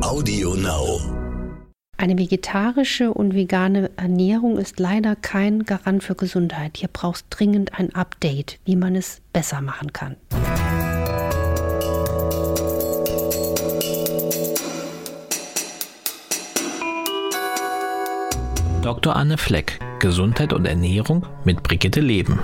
Audio Now. Eine vegetarische und vegane Ernährung ist leider kein Garant für Gesundheit. Hier brauchst dringend ein Update, wie man es besser machen kann. Dr. Anne Fleck, Gesundheit und Ernährung mit Brigitte Leben.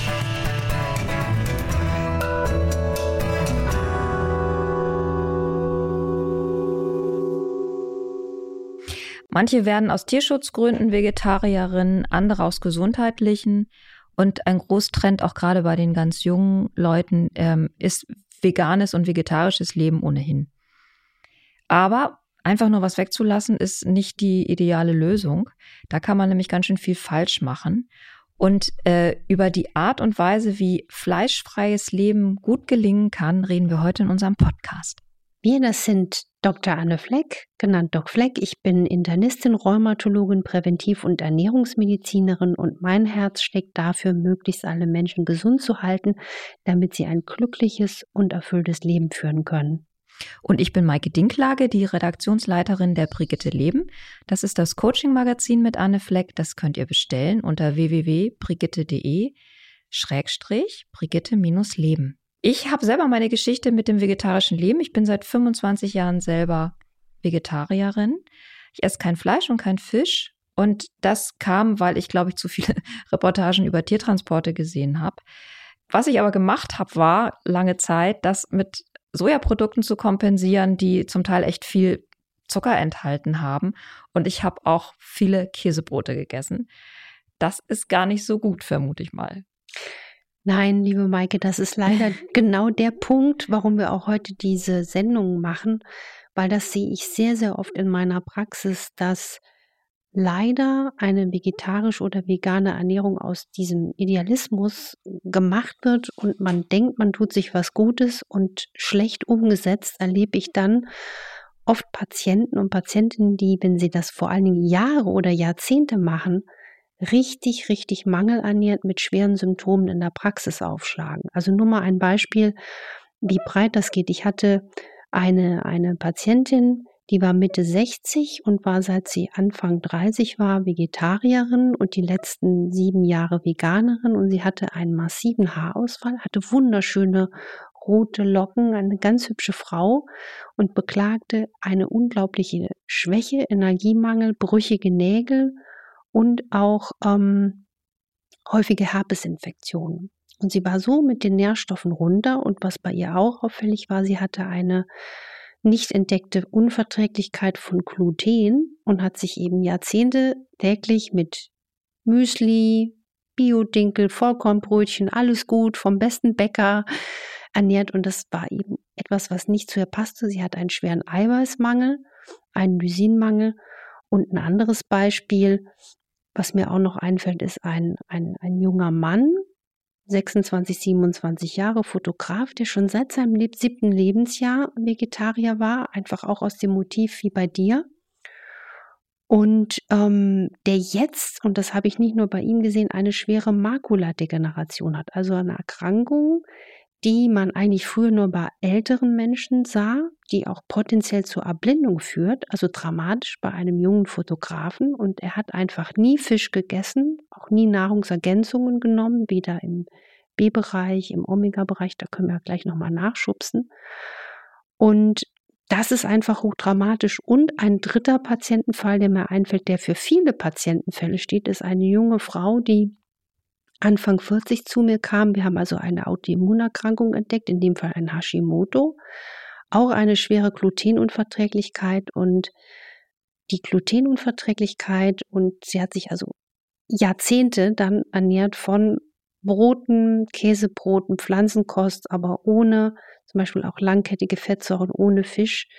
Manche werden aus Tierschutzgründen Vegetarierinnen, andere aus gesundheitlichen. Und ein Großtrend auch gerade bei den ganz jungen Leuten ist veganes und vegetarisches Leben ohnehin. Aber einfach nur was wegzulassen ist nicht die ideale Lösung. Da kann man nämlich ganz schön viel falsch machen. Und über die Art und Weise, wie fleischfreies Leben gut gelingen kann, reden wir heute in unserem Podcast. Wir, das sind Dr. Anne Fleck, genannt Doc Fleck. Ich bin Internistin, Rheumatologin, Präventiv- und Ernährungsmedizinerin und mein Herz schlägt dafür, möglichst alle Menschen gesund zu halten, damit sie ein glückliches und erfülltes Leben führen können. Und ich bin Maike Dinklage, die Redaktionsleiterin der Brigitte Leben. Das ist das Coaching-Magazin mit Anne Fleck. Das könnt ihr bestellen unter www.brigitte.de/Brigitte-Leben. Ich habe selber meine Geschichte mit dem vegetarischen Leben. Ich bin seit 25 Jahren selber Vegetarierin. Ich esse kein Fleisch und kein Fisch. Und das kam, weil ich, glaube ich, zu viele Reportagen über Tiertransporte gesehen habe. Was ich aber gemacht habe, war lange Zeit, das mit Sojaprodukten zu kompensieren, die zum Teil echt viel Zucker enthalten haben. Und ich habe auch viele Käsebrote gegessen. Das ist gar nicht so gut, vermute ich mal. Nein, liebe Maike, das ist leider genau der Punkt, warum wir auch heute diese Sendung machen, weil das sehe ich sehr, sehr oft in meiner Praxis, dass leider eine vegetarische oder vegane Ernährung aus diesem Idealismus gemacht wird und man denkt, man tut sich was Gutes und schlecht umgesetzt erlebe ich dann oft Patienten und Patientinnen, die, wenn sie das vor allen Dingen Jahre oder Jahrzehnte machen, richtig mangelernährt mit schweren Symptomen in der Praxis aufschlagen. Also nur mal ein Beispiel, wie breit das geht. Ich hatte eine Patientin, die war Mitte 60 und war, seit sie Anfang 30 war, Vegetarierin und die letzten 7 Jahre Veganerin und sie hatte einen massiven Haarausfall, hatte wunderschöne rote Locken, eine ganz hübsche Frau und beklagte eine unglaubliche Schwäche, Energiemangel, brüchige Nägel und auch häufige Herpesinfektionen. Und sie war so mit den Nährstoffen runter und was bei ihr auch auffällig war, sie hatte eine nicht entdeckte Unverträglichkeit von Gluten und hat sich eben Jahrzehnte täglich mit Müsli, Bio-Dinkel, Vollkornbrötchen, alles gut, vom besten Bäcker ernährt und das war eben etwas, was nicht zu ihr passte. Sie hat einen schweren Eiweißmangel, einen Lysinmangel und ein anderes Beispiel, was mir auch noch einfällt, ist ein junger Mann, 26, 27 Jahre, Fotograf, der schon seit seinem 7. Lebensjahr Vegetarier war, einfach auch aus dem Motiv wie bei dir. Und der jetzt, und das habe ich nicht nur bei ihm gesehen, eine schwere Makuladegeneration hat, also eine Erkrankung, die man eigentlich früher nur bei älteren Menschen sah, die auch potenziell zur Erblindung führt, also dramatisch bei einem jungen Fotografen. Und er hat einfach nie Fisch gegessen, auch nie Nahrungsergänzungen genommen, weder im B-Bereich, im Omega-Bereich, da können wir ja gleich nochmal nachschubsen. Und das ist einfach hochdramatisch. Und ein dritter Patientenfall, der mir einfällt, der für viele Patientenfälle steht, ist eine junge Frau, die Anfang 40 zu mir kam. Wir haben also eine Autoimmunerkrankung entdeckt, in dem Fall ein Hashimoto, auch eine schwere Glutenunverträglichkeit und die Glutenunverträglichkeit und sie hat sich also Jahrzehnte dann ernährt von Broten, Käsebroten, Pflanzenkost, aber ohne zum Beispiel auch langkettige Fettsäuren, ohne Fisch,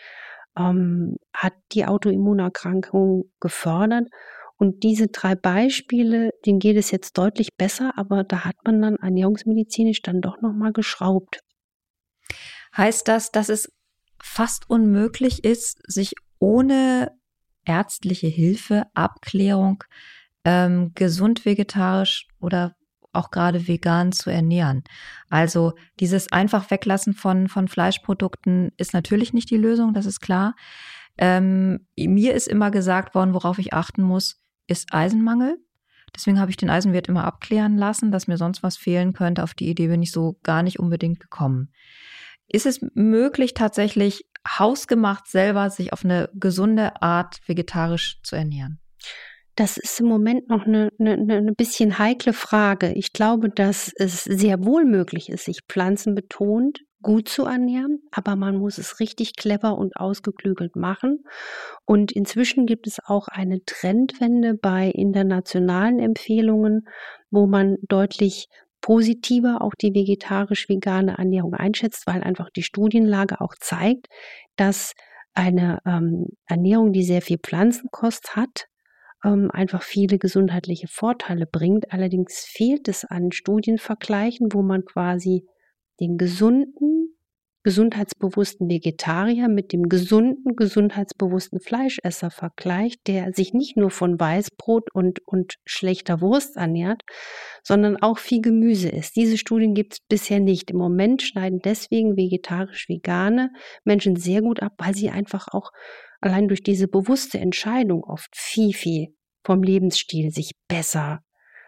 hat die Autoimmunerkrankung gefördert. Und diese 3 Beispiele, denen geht es jetzt deutlich besser, aber da hat man dann ernährungsmedizinisch dann doch nochmal geschraubt. Heißt das, dass es fast unmöglich ist, sich ohne ärztliche Hilfe, Abklärung, gesund vegetarisch oder auch gerade vegan zu ernähren? Also dieses einfach Weglassen von Fleischprodukten ist natürlich nicht die Lösung, das ist klar. Mir ist immer gesagt worden, worauf ich achten muss, ist Eisenmangel. Deswegen habe ich den Eisenwert immer abklären lassen, dass mir sonst was fehlen könnte. Auf die Idee bin ich so gar nicht unbedingt gekommen. Ist es möglich, tatsächlich hausgemacht selber sich auf eine gesunde Art vegetarisch zu ernähren? Das ist im Moment noch eine bisschen heikle Frage. Ich glaube, dass es sehr wohl möglich ist, sich pflanzenbetont gut zu ernähren, aber man muss es richtig clever und ausgeklügelt machen. Und inzwischen gibt es auch eine Trendwende bei internationalen Empfehlungen, wo man deutlich positiver auch die vegetarisch-vegane Ernährung einschätzt, weil einfach die Studienlage auch zeigt, dass eine Ernährung, die sehr viel Pflanzenkost hat, einfach viele gesundheitliche Vorteile bringt. Allerdings fehlt es an Studienvergleichen, wo man quasi den gesunden, gesundheitsbewussten Vegetarier mit dem gesunden, gesundheitsbewussten Fleischesser vergleicht, der sich nicht nur von Weißbrot und schlechter Wurst ernährt, sondern auch viel Gemüse isst. Diese Studien gibt es bisher nicht. Im Moment schneiden deswegen vegetarisch-vegane Menschen sehr gut ab, weil sie einfach auch allein durch diese bewusste Entscheidung oft viel vom Lebensstil sich besser,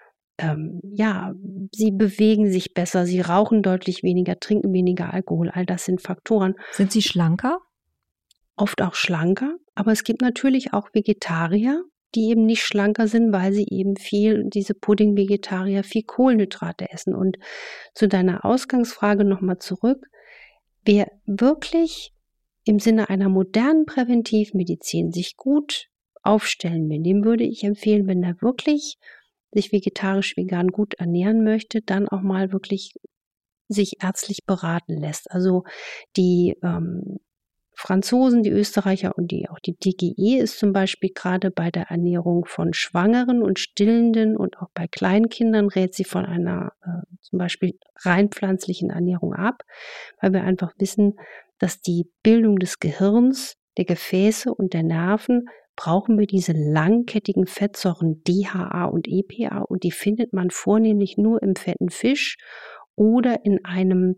sie bewegen sich besser, sie rauchen deutlich weniger, trinken weniger Alkohol. All das sind Faktoren. Sind sie schlanker? Oft auch schlanker, aber es gibt natürlich auch Vegetarier, die eben nicht schlanker sind, weil sie eben diese Pudding-Vegetarier, viel Kohlenhydrate essen. Und zu deiner Ausgangsfrage nochmal zurück. Wer wirklich im Sinne einer modernen Präventivmedizin sich gut aufstellen will, dem würde ich empfehlen, wenn er wirklich sich vegetarisch-vegan gut ernähren möchte, dann auch mal wirklich sich ärztlich beraten lässt. Also die Franzosen, die Österreicher und auch die DGE ist zum Beispiel gerade bei der Ernährung von Schwangeren und Stillenden und auch bei Kleinkindern rät sie von einer zum Beispiel rein pflanzlichen Ernährung ab, weil wir einfach wissen, dass die Bildung des Gehirns, der Gefäße und der Nerven brauchen wir diese langkettigen Fettsäuren DHA und EPA und die findet man vornehmlich nur im fetten Fisch oder in einem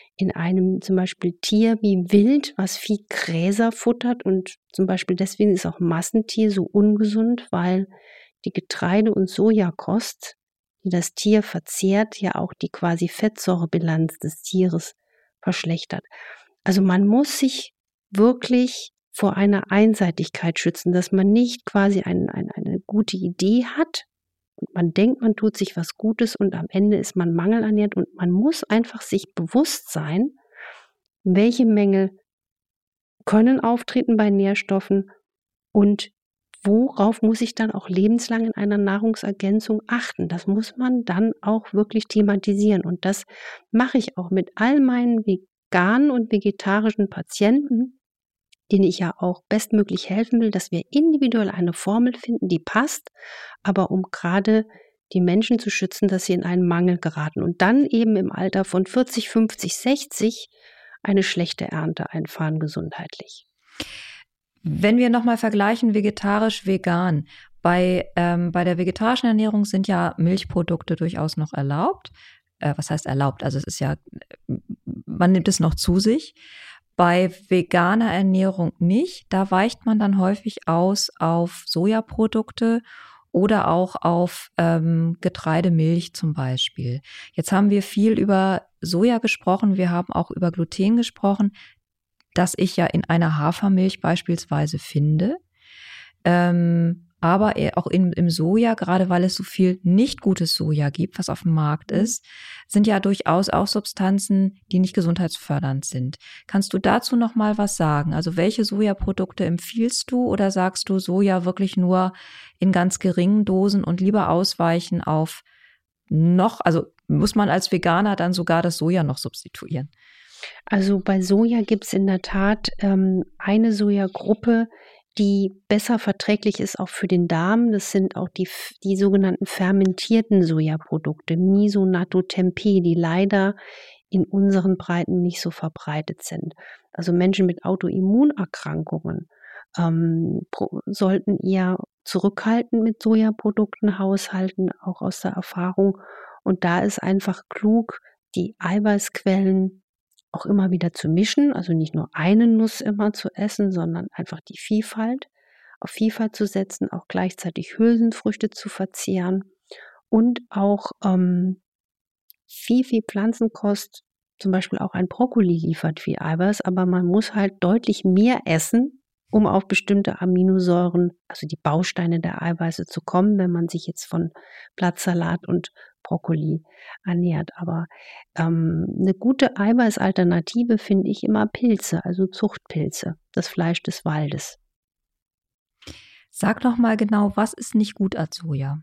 zum Beispiel Tier wie Wild, was viel Gräser futtert und zum Beispiel deswegen ist auch Massentier so ungesund, weil die Getreide- und Sojakost, die das Tier verzehrt, ja auch die quasi Fettsäurebilanz des Tieres verschlechtert. Also man muss sich wirklich vor einer Einseitigkeit schützen, dass man nicht quasi eine gute Idee hat und man denkt, man tut sich was Gutes und am Ende ist man mangelernährt und man muss einfach sich bewusst sein, welche Mängel können auftreten bei Nährstoffen und worauf muss ich dann auch lebenslang in einer Nahrungsergänzung achten. Das muss man dann auch wirklich thematisieren und das mache ich auch mit all meinen veganen und vegetarischen Patienten, denen ich ja auch bestmöglich helfen will, dass wir individuell eine Formel finden, die passt, aber um gerade die Menschen zu schützen, dass sie in einen Mangel geraten und dann eben im Alter von 40, 50, 60 eine schlechte Ernte einfahren gesundheitlich. Wenn wir nochmal vergleichen, vegetarisch, vegan, bei der vegetarischen Ernährung sind ja Milchprodukte durchaus noch erlaubt. Was heißt erlaubt? Also es ist ja, man nimmt es noch zu sich. Bei veganer Ernährung nicht. Da weicht man dann häufig aus auf Sojaprodukte oder auch auf Getreidemilch zum Beispiel. Jetzt haben wir viel über Soja gesprochen, wir haben auch über Gluten gesprochen, das ich ja in einer Hafermilch beispielsweise finde. Aber auch im Soja, gerade weil es so viel nicht gutes Soja gibt, was auf dem Markt ist, sind ja durchaus auch Substanzen, die nicht gesundheitsfördernd sind. Kannst du dazu noch mal was sagen? Also welche Sojaprodukte empfiehlst du oder sagst du Soja wirklich nur in ganz geringen Dosen und lieber ausweichen auf also muss man als Veganer dann sogar das Soja noch substituieren? Also bei Soja gibt es in der Tat eine Sojagruppe, die besser verträglich ist auch für den Darm. Das sind auch die sogenannten fermentierten Sojaprodukte, Miso, Natto, Tempeh, die leider in unseren Breiten nicht so verbreitet sind. Also Menschen mit Autoimmunerkrankungen sollten eher zurückhaltend mit Sojaprodukten haushalten, auch aus der Erfahrung. Und da ist einfach klug, die Eiweißquellen auch immer wieder zu mischen, also nicht nur eine Nuss immer zu essen, sondern einfach die Vielfalt, auf Vielfalt zu setzen, auch gleichzeitig Hülsenfrüchte zu verzehren und auch viel Pflanzenkost, zum Beispiel auch ein Brokkoli liefert viel Eiweiß, aber man muss halt deutlich mehr essen, um auf bestimmte Aminosäuren, also die Bausteine der Eiweiße zu kommen, wenn man sich jetzt von Blattsalat und Brokkoli ernährt. Aber eine gute Eiweißalternative finde ich immer Pilze, also Zuchtpilze, das Fleisch des Waldes. Sag doch mal genau, was ist nicht gut an Soja?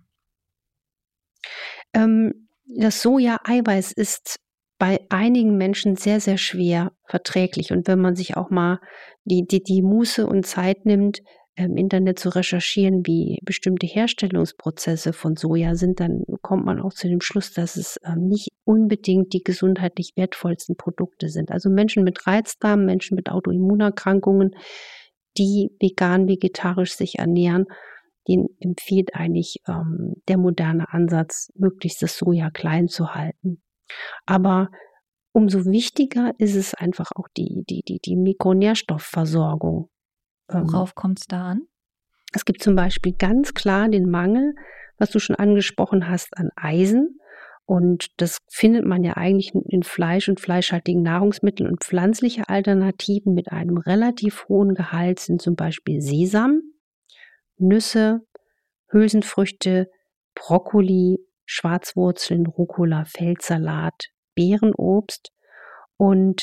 Das Soja-Eiweiß ist bei einigen Menschen sehr, sehr schwer verträglich. Und wenn man sich auch mal die Muße und Zeit nimmt, im Internet zu recherchieren, wie bestimmte Herstellungsprozesse von Soja sind, dann kommt man auch zu dem Schluss, dass es nicht unbedingt die gesundheitlich wertvollsten Produkte sind. Also Menschen mit Reizdarm, Menschen mit Autoimmunerkrankungen, die vegan, vegetarisch sich ernähren, den empfiehlt eigentlich der moderne Ansatz, möglichst das Soja klein zu halten. Aber umso wichtiger ist es einfach auch die Mikronährstoffversorgung. Worauf kommt es da an? Es gibt zum Beispiel ganz klar den Mangel, was du schon angesprochen hast, an Eisen. Und das findet man ja eigentlich in Fleisch und fleischhaltigen Nahrungsmitteln. Und pflanzliche Alternativen mit einem relativ hohen Gehalt sind zum Beispiel Sesam, Nüsse, Hülsenfrüchte, Brokkoli, Schwarzwurzeln, Rucola, Feldsalat, Beerenobst. Und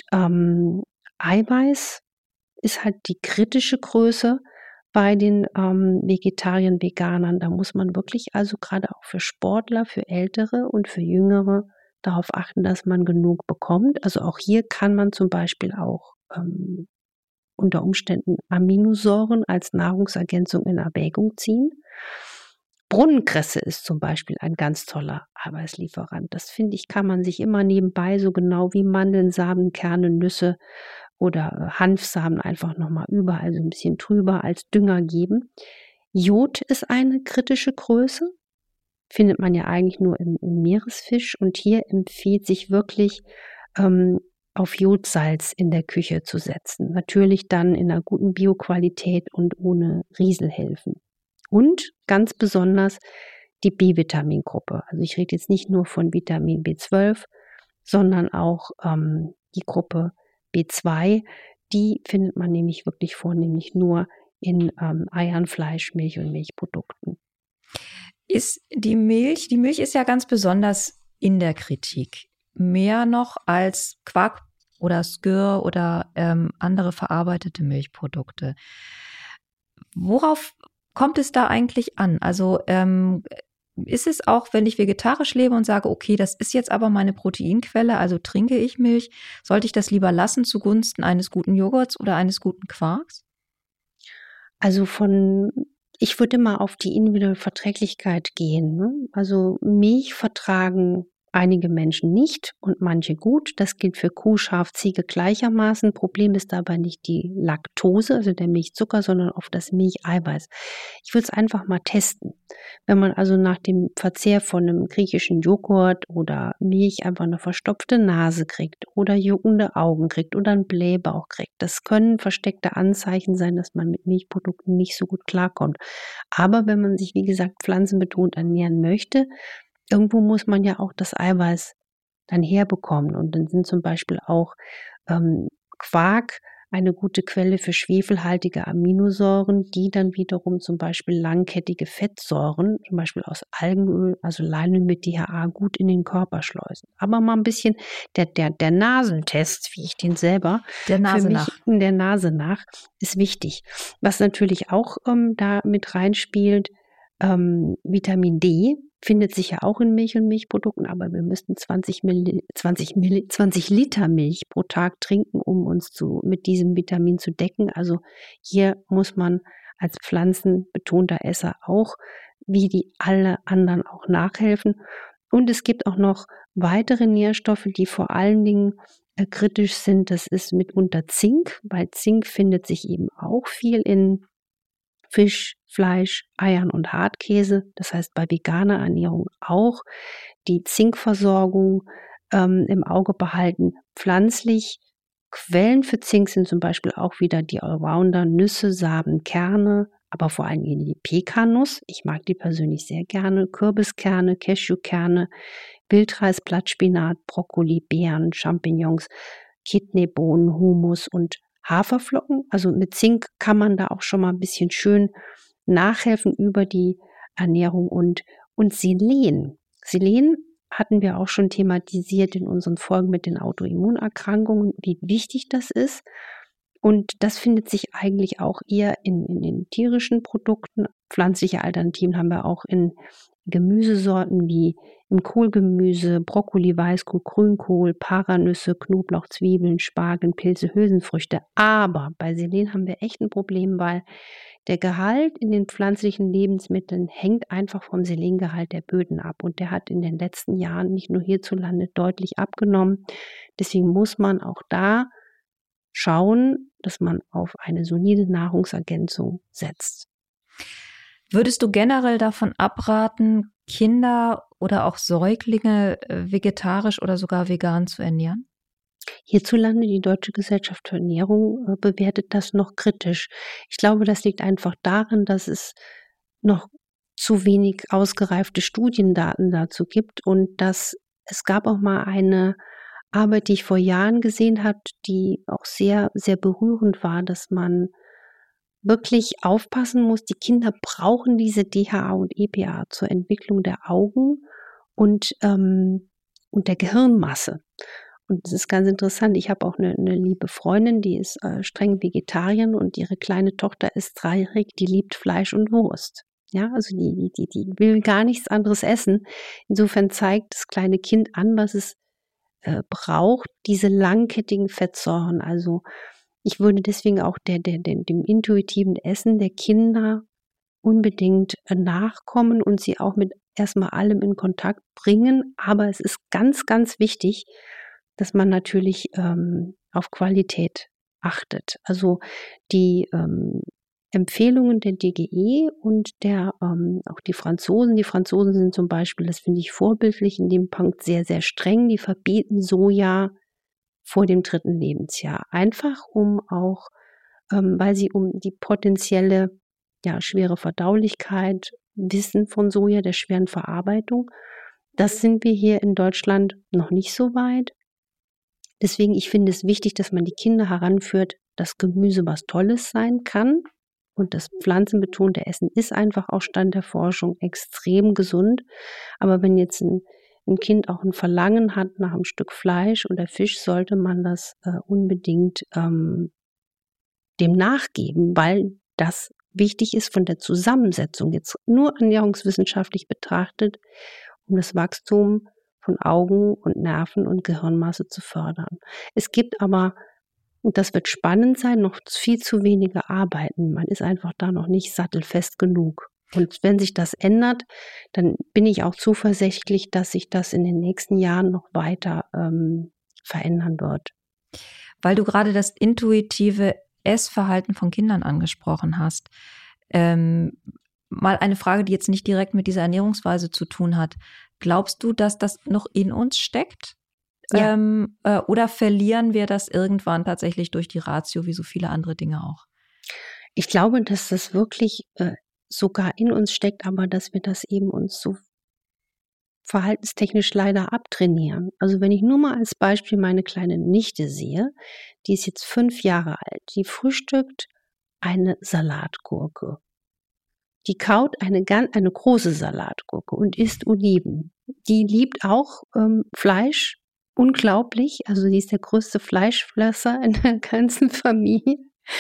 Eiweiß ist halt die kritische Größe bei den Vegetariern, Veganern. Da muss man wirklich also gerade auch für Sportler, für Ältere und für Jüngere darauf achten, dass man genug bekommt. Also auch hier kann man zum Beispiel auch unter Umständen Aminosäuren als Nahrungsergänzung in Erwägung ziehen. Brunnenkresse ist zum Beispiel ein ganz toller Eiweißlieferant. Das finde ich, kann man sich immer nebenbei, so genau wie Mandeln, Samen, Kerne, Nüsse oder Hanfsamen einfach nochmal überall so ein bisschen drüber als Dünger geben. Jod ist eine kritische Größe, findet man ja eigentlich nur im Meeresfisch, und hier empfiehlt sich wirklich auf Jodsalz in der Küche zu setzen. Natürlich dann in einer guten Bioqualität und ohne Rieselhilfen. Und ganz besonders die B-Vitamingruppe. Also ich rede jetzt nicht nur von Vitamin B12, sondern auch die Gruppe B2. Die findet man nämlich wirklich vornehmlich nur in Eiern, Fleisch, Milch und Milchprodukten. Ist die Milch ist ja ganz besonders in der Kritik. Mehr noch als Quark oder Skyr oder andere verarbeitete Milchprodukte. Worauf kommt es da eigentlich an? Also ist es auch, wenn ich vegetarisch lebe und sage, okay, das ist jetzt aber meine Proteinquelle, also trinke ich Milch, sollte ich das lieber lassen zugunsten eines guten Joghurts oder eines guten Quarks? Also ich würde immer auf die individuelle Verträglichkeit gehen, ne? Also Milch vertragen einige Menschen nicht und manche gut. Das gilt für Kuh, Schaf, Ziege gleichermaßen. Problem ist dabei nicht die Laktose, also der Milchzucker, sondern oft das Milcheiweiß. Ich würde es einfach mal testen. Wenn man also nach dem Verzehr von einem griechischen Joghurt oder Milch einfach eine verstopfte Nase kriegt oder juckende Augen kriegt oder einen Blähbauch kriegt, das können versteckte Anzeichen sein, dass man mit Milchprodukten nicht so gut klarkommt. Aber wenn man sich, wie gesagt, pflanzenbetont ernähren möchte, irgendwo muss man ja auch das Eiweiß dann herbekommen. Und dann sind zum Beispiel auch Quark eine gute Quelle für schwefelhaltige Aminosäuren, die dann wiederum zum Beispiel langkettige Fettsäuren, zum Beispiel aus Algenöl, also Leinöl mit DHA, gut in den Körper schleusen. Aber mal ein bisschen der Nasentest, wie ich den selber, Der Nase nach. in der Nase nach, ist wichtig. Was natürlich auch da mit reinspielt, Vitamin D findet sich ja auch in Milch und Milchprodukten, aber wir müssten 20 Liter Milch pro Tag trinken, um uns mit diesem Vitamin zu decken. Also hier muss man als pflanzenbetonter Esser auch, wie die alle anderen, auch nachhelfen. Und es gibt auch noch weitere Nährstoffe, die vor allen Dingen kritisch sind. Das ist mitunter Zink, weil Zink findet sich eben auch viel in Fisch, Fleisch, Eiern und Hartkäse. Das heißt bei veganer Ernährung auch die Zinkversorgung im Auge behalten. Pflanzlich Quellen für Zink sind zum Beispiel auch wieder die Allrounder, Nüsse, Samen, Kerne, aber vor allem die Pekannuss. Ich mag die persönlich sehr gerne. Kürbiskerne, Cashewkerne, Wildreis, Blattspinat, Brokkoli, Beeren, Champignons, Kidneybohnen, Hummus und Haferflocken. Also mit Zink kann man da auch schon mal ein bisschen schön nachhelfen über die Ernährung und Selen. Selen hatten wir auch schon thematisiert in unseren Folgen mit den Autoimmunerkrankungen, wie wichtig das ist. Und das findet sich eigentlich auch eher in den tierischen Produkten. Pflanzliche Alternativen haben wir auch in Gemüsesorten wie im Kohlgemüse, Brokkoli, Weißkohl, Grünkohl, Paranüsse, Knoblauch, Zwiebeln, Spargel, Pilze, Hülsenfrüchte. Aber bei Selen haben wir echt ein Problem, weil der Gehalt in den pflanzlichen Lebensmitteln hängt einfach vom Selengehalt der Böden ab. Und der hat in den letzten Jahren nicht nur hierzulande deutlich abgenommen. Deswegen muss man auch da schauen, dass man auf eine solide Nahrungsergänzung setzt. Würdest du generell davon abraten, Kinder oder auch Säuglinge vegetarisch oder sogar vegan zu ernähren? Hierzulande, die Deutsche Gesellschaft für Ernährung bewertet das noch kritisch. Ich glaube, das liegt einfach daran, dass es noch zu wenig ausgereifte Studiendaten dazu gibt und dass es gab auch mal eine Arbeit, die ich vor Jahren gesehen habe, die auch sehr, sehr berührend war, dass man wirklich aufpassen muss. Die Kinder brauchen diese DHA und EPA zur Entwicklung der Augen und der Gehirnmasse. Und das ist ganz interessant. Ich habe auch eine liebe Freundin, die ist streng Vegetarierin und ihre kleine Tochter ist 3-jährig, die liebt Fleisch und Wurst. Ja, also die will gar nichts anderes essen. Insofern zeigt das kleine Kind an, was es braucht, diese langkettigen Fettsäuren. Also ich würde deswegen auch dem intuitiven Essen der Kinder unbedingt nachkommen und sie auch mit erstmal allem in Kontakt bringen. Aber es ist ganz, ganz wichtig, dass man natürlich auf Qualität achtet. Also die Empfehlungen der DGE und auch die Franzosen. Die Franzosen sind zum Beispiel, das finde ich vorbildlich, in dem Punkt sehr, sehr streng. Die verbieten Soja vor dem 3. Lebensjahr. Einfach weil sie um die potenzielle, schwere Verdaulichkeit wissen von Soja, der schweren Verarbeitung. Das sind wir hier in Deutschland noch nicht so weit. Deswegen, ich finde es wichtig, dass man die Kinder heranführt, dass Gemüse was Tolles sein kann. Und das pflanzenbetonte Essen ist einfach auch Stand der Forschung extrem gesund. Aber wenn jetzt ein Kind auch ein Verlangen hat nach einem Stück Fleisch oder Fisch, sollte man das unbedingt dem nachgeben, weil das wichtig ist von der Zusammensetzung, jetzt nur ernährungswissenschaftlich betrachtet, um das Wachstum von Augen und Nerven und Gehirnmasse zu fördern. Es gibt aber, und das wird spannend sein, noch viel zu wenige Arbeiten. Man ist einfach da noch nicht sattelfest genug. Und wenn sich das ändert, dann bin ich auch zuversichtlich, dass sich das in den nächsten Jahren noch weiter verändern wird. Weil du gerade das intuitive Essverhalten von Kindern angesprochen hast. Mal eine Frage, die jetzt nicht direkt mit dieser Ernährungsweise zu tun hat. Glaubst du, dass das noch in uns steckt? Ja. Oder verlieren wir das irgendwann tatsächlich durch die Ratio, wie so viele andere Dinge auch? Ich glaube, dass das wirklich sogar in uns steckt, aber dass wir das eben uns so verhaltenstechnisch leider abtrainieren. Also wenn ich nur mal als Beispiel meine kleine Nichte sehe, die ist jetzt 5 Jahre alt, die frühstückt eine Salatgurke. Die kaut eine große Salatgurke und isst Oliven. Die liebt auch Fleisch, unglaublich. Also sie ist der größte Fleischfresser in der ganzen Familie.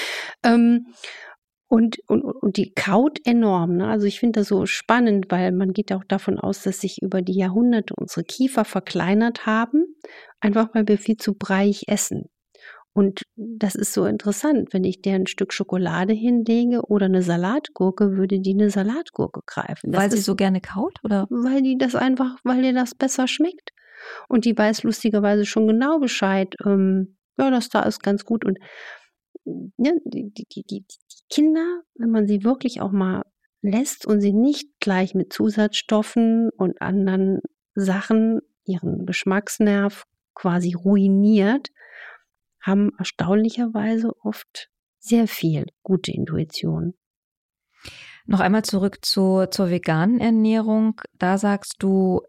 Und die kaut enorm. Ne? Also ich finde das so spannend, weil man geht auch davon aus, dass sich über die Jahrhunderte unsere Kiefer verkleinert haben, einfach weil wir viel zu breiig essen. Und das ist so interessant, wenn ich der ein Stück Schokolade hinlege oder eine Salatgurke, würde die eine Salatgurke greifen. Weil sie so gerne kaut, oder? Weil ihr das besser schmeckt. Und die weiß lustigerweise schon genau Bescheid, das da ist ganz gut. Und ja, die Kinder, wenn man sie wirklich auch mal lässt und sie nicht gleich mit Zusatzstoffen und anderen Sachen ihren Geschmacksnerv quasi ruiniert, haben erstaunlicherweise oft sehr viel gute Intuition. Noch einmal zurück zur veganen Ernährung. Da sagst du,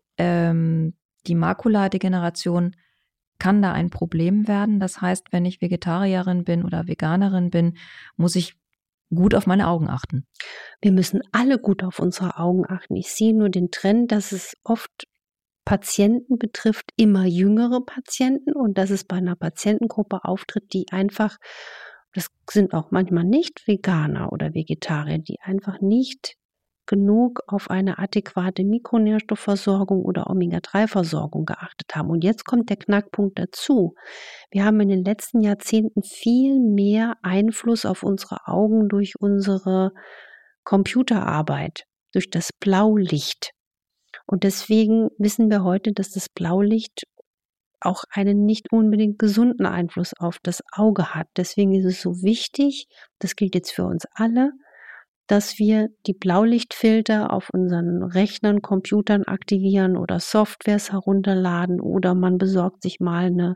die Makuladegeneration kann da ein Problem werden. Das heißt, wenn ich Vegetarierin bin oder Veganerin bin, muss ich gut auf meine Augen achten. Wir müssen alle gut auf unsere Augen achten. Ich sehe nur den Trend, dass es oft Patienten betrifft, immer jüngere Patienten, und dass es bei einer Patientengruppe auftritt, die einfach, das sind auch manchmal nicht Veganer oder Vegetarier, die einfach nicht genug auf eine adäquate Mikronährstoffversorgung oder Omega-3-Versorgung geachtet haben. Und jetzt kommt der Knackpunkt dazu. Wir haben in den letzten Jahrzehnten viel mehr Einfluss auf unsere Augen durch unsere Computerarbeit, durch das Blaulicht. Und deswegen wissen wir heute, dass das Blaulicht auch einen nicht unbedingt gesunden Einfluss auf das Auge hat. Deswegen ist es so wichtig, das gilt jetzt für uns alle, dass wir die Blaulichtfilter auf unseren Rechnern, Computern aktivieren oder Softwares herunterladen, oder man besorgt sich mal eine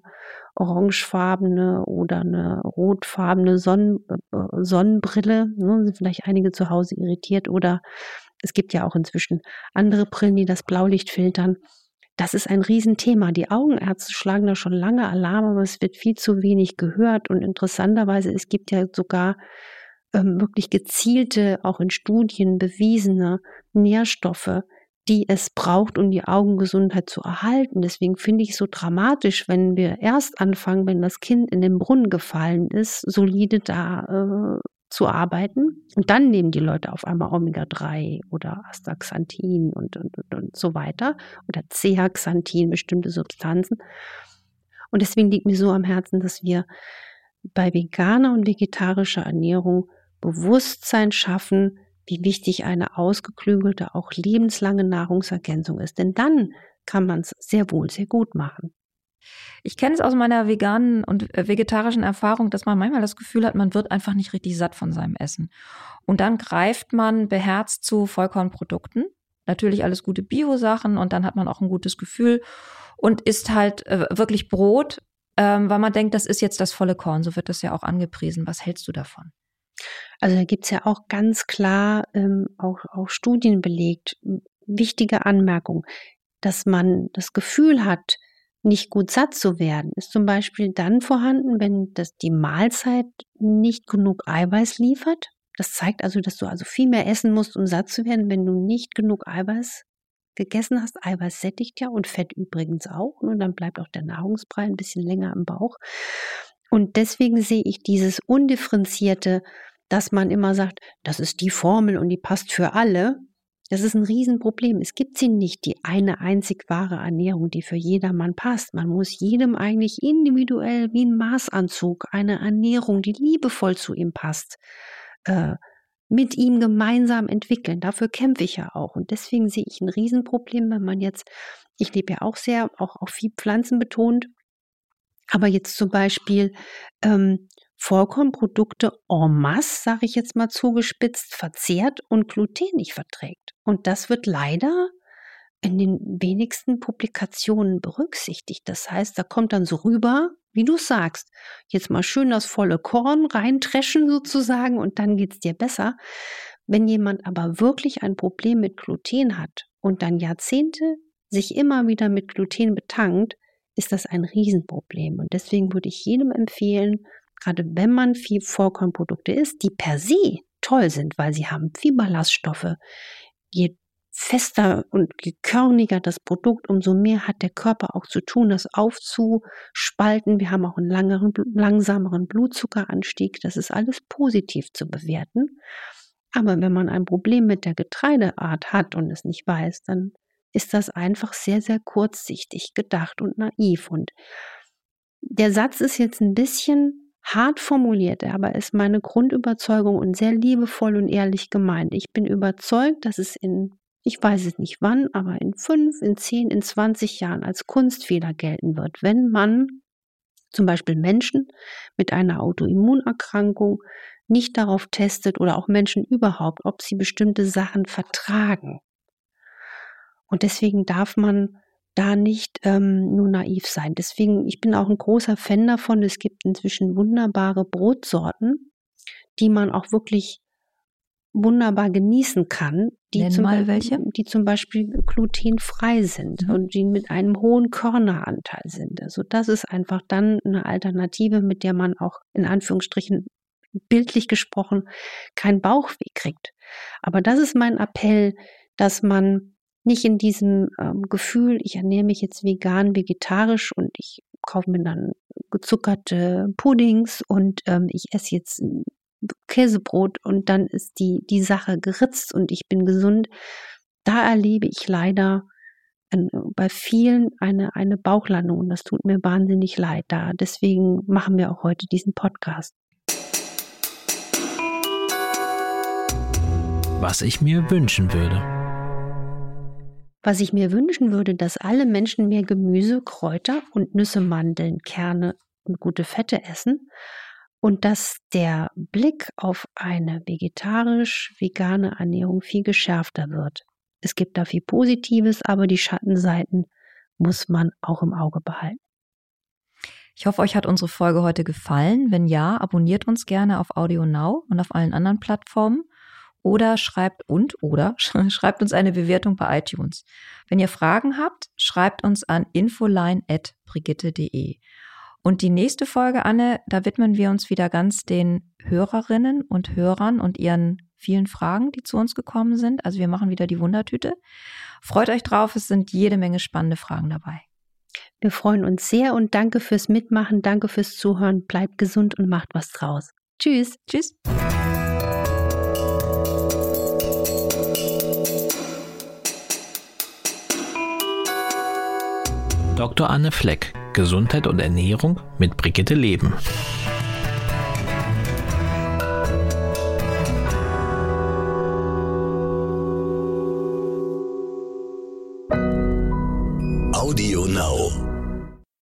orangefarbene oder eine rotfarbene Sonnenbrille. Sind vielleicht einige zu Hause irritiert, oder es gibt ja auch inzwischen andere Brillen, die das Blaulicht filtern. Das ist ein Riesenthema. Die Augenärzte schlagen da schon lange Alarm, aber es wird viel zu wenig gehört. Und interessanterweise, es gibt ja sogar wirklich gezielte, auch in Studien bewiesene Nährstoffe, die es braucht, um die Augengesundheit zu erhalten. Deswegen finde ich es so dramatisch, wenn wir erst anfangen, wenn das Kind in den Brunnen gefallen ist, solide da zu arbeiten. Und dann nehmen die Leute auf einmal Omega-3 oder Astaxanthin und so weiter oder Zeaxanthin, bestimmte Substanzen. Und deswegen liegt mir so am Herzen, dass wir bei veganer und vegetarischer Ernährung Bewusstsein schaffen, wie wichtig eine ausgeklügelte, auch lebenslange Nahrungsergänzung ist. Denn dann kann man es sehr wohl, sehr gut machen. Ich kenne es aus meiner veganen und vegetarischen Erfahrung, dass man manchmal das Gefühl hat, man wird einfach nicht richtig satt von seinem Essen. Und dann greift man beherzt zu Vollkornprodukten. Natürlich alles gute Bio-Sachen, und dann hat man auch ein gutes Gefühl und isst halt wirklich Brot, weil man denkt, das ist jetzt das volle Korn. So wird das ja auch angepriesen. Was hältst du davon? Also da gibt es ja auch ganz klar auch Studien belegt. Wichtige Anmerkung, dass man das Gefühl hat, nicht gut satt zu werden, ist zum Beispiel dann vorhanden, wenn die Mahlzeit nicht genug Eiweiß liefert. Das zeigt also, dass du also viel mehr essen musst, um satt zu werden, wenn du nicht genug Eiweiß gegessen hast. Eiweiß sättigt ja, und Fett übrigens auch. Und dann bleibt auch der Nahrungsbrei ein bisschen länger im Bauch. Und deswegen sehe ich dieses Undifferenzierte, dass man immer sagt, das ist die Formel und die passt für alle. Das ist ein Riesenproblem. Es gibt sie nicht, die eine einzig wahre Ernährung, die für jedermann passt. Man muss jedem eigentlich individuell wie ein Maßanzug eine Ernährung, die liebevoll zu ihm passt, mit ihm gemeinsam entwickeln. Dafür kämpfe ich ja auch. Und deswegen sehe ich ein Riesenproblem, wenn man jetzt, ich lebe ja auch sehr, auch viel pflanzenbetont, aber jetzt zum Beispiel Vollkornprodukte en masse, sage ich jetzt mal zugespitzt, verzehrt und Gluten nicht verträgt. Und das wird leider in den wenigsten Publikationen berücksichtigt. Das heißt, da kommt dann so rüber, wie du sagst, jetzt mal schön das volle Korn reintreschen sozusagen und dann geht's dir besser. Wenn jemand aber wirklich ein Problem mit Gluten hat und dann Jahrzehnte sich immer wieder mit Gluten betankt, ist das ein Riesenproblem. Und deswegen würde ich jedem empfehlen, gerade wenn man viel Vollkornprodukte isst, die per se toll sind, weil sie haben viel Ballaststoffe. Je fester und je körniger das Produkt, umso mehr hat der Körper auch zu tun, das aufzuspalten. Wir haben auch einen langsameren Blutzuckeranstieg. Das ist alles positiv zu bewerten. Aber wenn man ein Problem mit der Getreideart hat und es nicht weiß, dann ist das einfach sehr, sehr kurzsichtig gedacht und naiv. Und der Satz ist jetzt ein bisschen hart formuliert, aber ist meine Grundüberzeugung und sehr liebevoll und ehrlich gemeint. Ich bin überzeugt, dass es ich weiß es nicht wann, aber in 5, in 10, in 20 Jahren als Kunstfehler gelten wird, wenn man zum Beispiel Menschen mit einer Autoimmunerkrankung nicht darauf testet oder auch Menschen überhaupt, ob sie bestimmte Sachen vertragen. Und deswegen darf man da nicht nur naiv sein. Deswegen, ich bin auch ein großer Fan davon. Es gibt inzwischen wunderbare Brotsorten, die man auch wirklich wunderbar genießen kann, die zum Beispiel glutenfrei sind und die mit einem hohen Körneranteil sind. Also das ist einfach dann eine Alternative, mit der man auch in Anführungsstrichen bildlich gesprochen keinen Bauchweh kriegt. Aber das ist mein Appell, dass man nicht in diesem Gefühl, ich ernähre mich jetzt vegan, vegetarisch und ich kaufe mir dann gezuckerte Puddings und ich esse jetzt Käsebrot und dann ist die Sache geritzt und ich bin gesund. Da erlebe ich leider bei vielen eine Bauchlandung und das tut mir wahnsinnig leid. Deswegen machen wir auch heute diesen Podcast. Was ich mir wünschen würde. Was ich mir wünschen würde, dass alle Menschen mehr Gemüse, Kräuter und Nüsse, Mandeln, Kerne und gute Fette essen und dass der Blick auf eine vegetarisch-vegane Ernährung viel geschärfter wird. Es gibt da viel Positives, aber die Schattenseiten muss man auch im Auge behalten. Ich hoffe, euch hat unsere Folge heute gefallen. Wenn ja, abonniert uns gerne auf Audio Now und auf allen anderen Plattformen. Oder schreibt uns eine Bewertung bei iTunes. Wenn ihr Fragen habt, schreibt uns an infoline@brigitte.de. Und die nächste Folge, Anne, da widmen wir uns wieder ganz den Hörerinnen und Hörern und ihren vielen Fragen, die zu uns gekommen sind. Also wir machen wieder die Wundertüte. Freut euch drauf, es sind jede Menge spannende Fragen dabei. Wir freuen uns sehr und danke fürs Mitmachen, danke fürs Zuhören. Bleibt gesund und macht was draus. Tschüss. Tschüss. Dr. Anne Fleck, Gesundheit und Ernährung mit Brigitte Leben. Audio Now.